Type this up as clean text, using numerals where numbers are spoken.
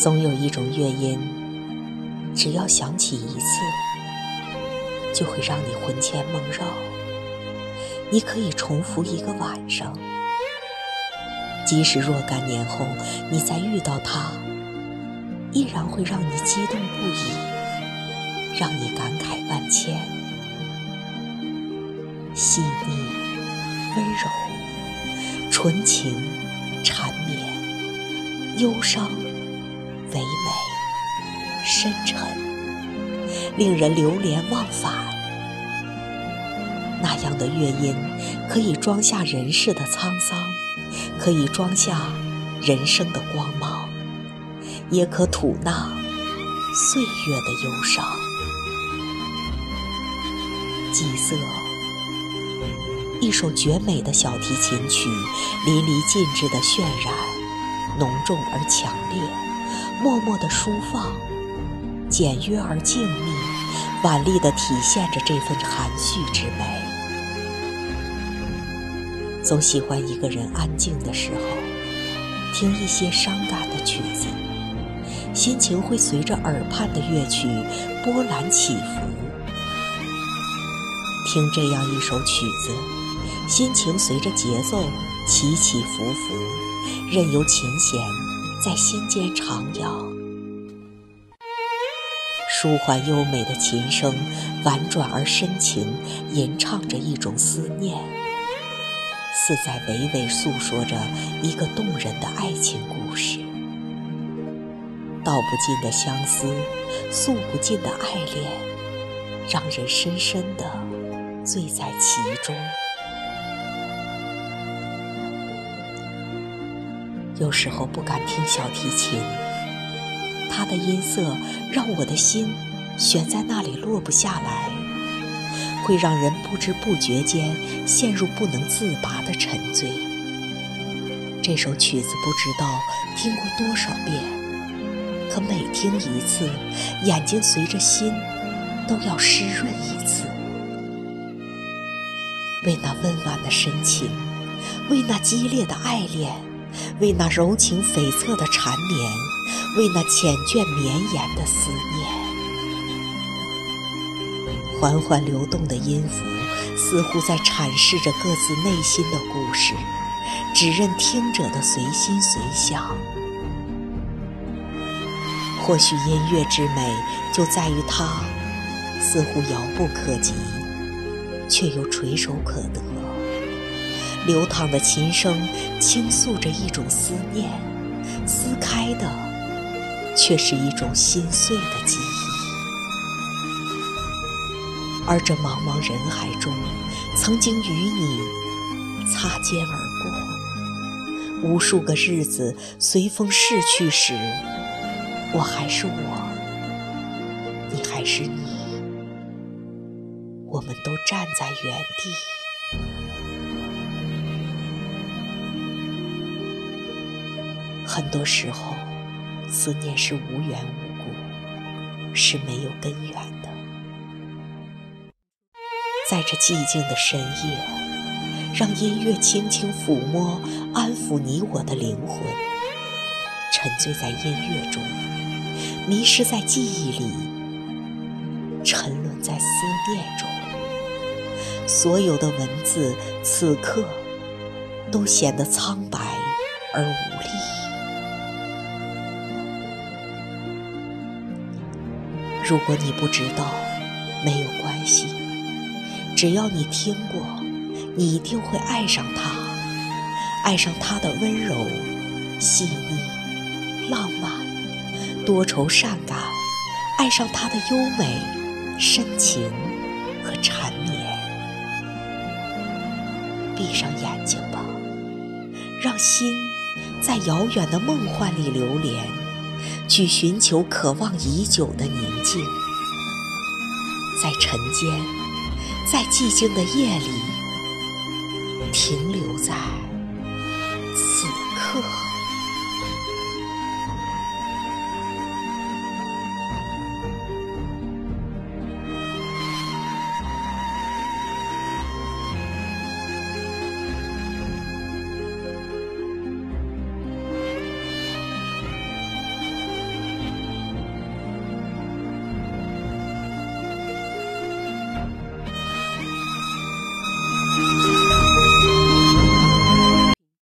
总有一种乐音，只要响起一次，就会让你魂牵梦绕。你可以重复一个晚上，即使若干年后你再遇到它，依然会让你激动不已，让你感慨万千。细腻、温柔、纯情、缠绵、忧伤、唯美、深沉，令人流连忘返。那样的乐音可以装下人世的沧桑，可以装下人生的光芒，也可吐纳岁月的忧伤。季色，一首绝美的小提琴曲，淋漓尽致的渲染，浓重而强烈，默默地舒放，简约而静谧，婉丽地体现着这份含蓄之美。总喜欢一个人安静的时候，听一些伤感的曲子，心情会随着耳畔的乐曲波澜起伏。听这样一首曲子，心情随着节奏起起伏伏，任由琴弦在心间徜徉。舒缓优美的琴声，婉转而深情，吟唱着一种思念，似在娓娓诉说着一个动人的爱情故事。道不尽的相思，诉不尽的爱恋，让人深深地醉在其中。有时候不敢听小提琴，它的音色让我的心悬在那里落不下来，会让人不知不觉间陷入不能自拔的沉醉。这首曲子不知道听过多少遍，可每听一次，眼睛随着心都要湿润一次。为那温婉的深情，为那激烈的爱恋，为那柔情悱恻的缠绵，为那缱绻绵延的思念。缓缓流动的音符，似乎在阐释着各自内心的故事，只任听者的随心随想。或许音乐之美就在于它似乎遥不可及，却又垂手可得。流淌的琴声倾诉着一种思念，撕开的却是一种心碎的记忆。而这茫茫人海中，曾经与你擦肩而过，无数个日子随风逝去时，我还是我，你还是你，我们都站在原地。很多时候，思念是无缘无故，是没有根源的。在这寂静的深夜，让音乐轻轻抚摸，安抚你我的灵魂，沉醉在音乐中，迷失在记忆里，沉沦在思念中。所有的文字此刻都显得苍白而无力。如果你不知道，没有关系，只要你听过，你一定会爱上它，爱上它的温柔、细腻、浪漫、多愁善感，爱上它的优美、深情和缠绵。闭上眼睛吧，让心在遥远的梦幻里流连，去寻求渴望已久的宁静。在晨间，在寂静的夜里，停留在此刻。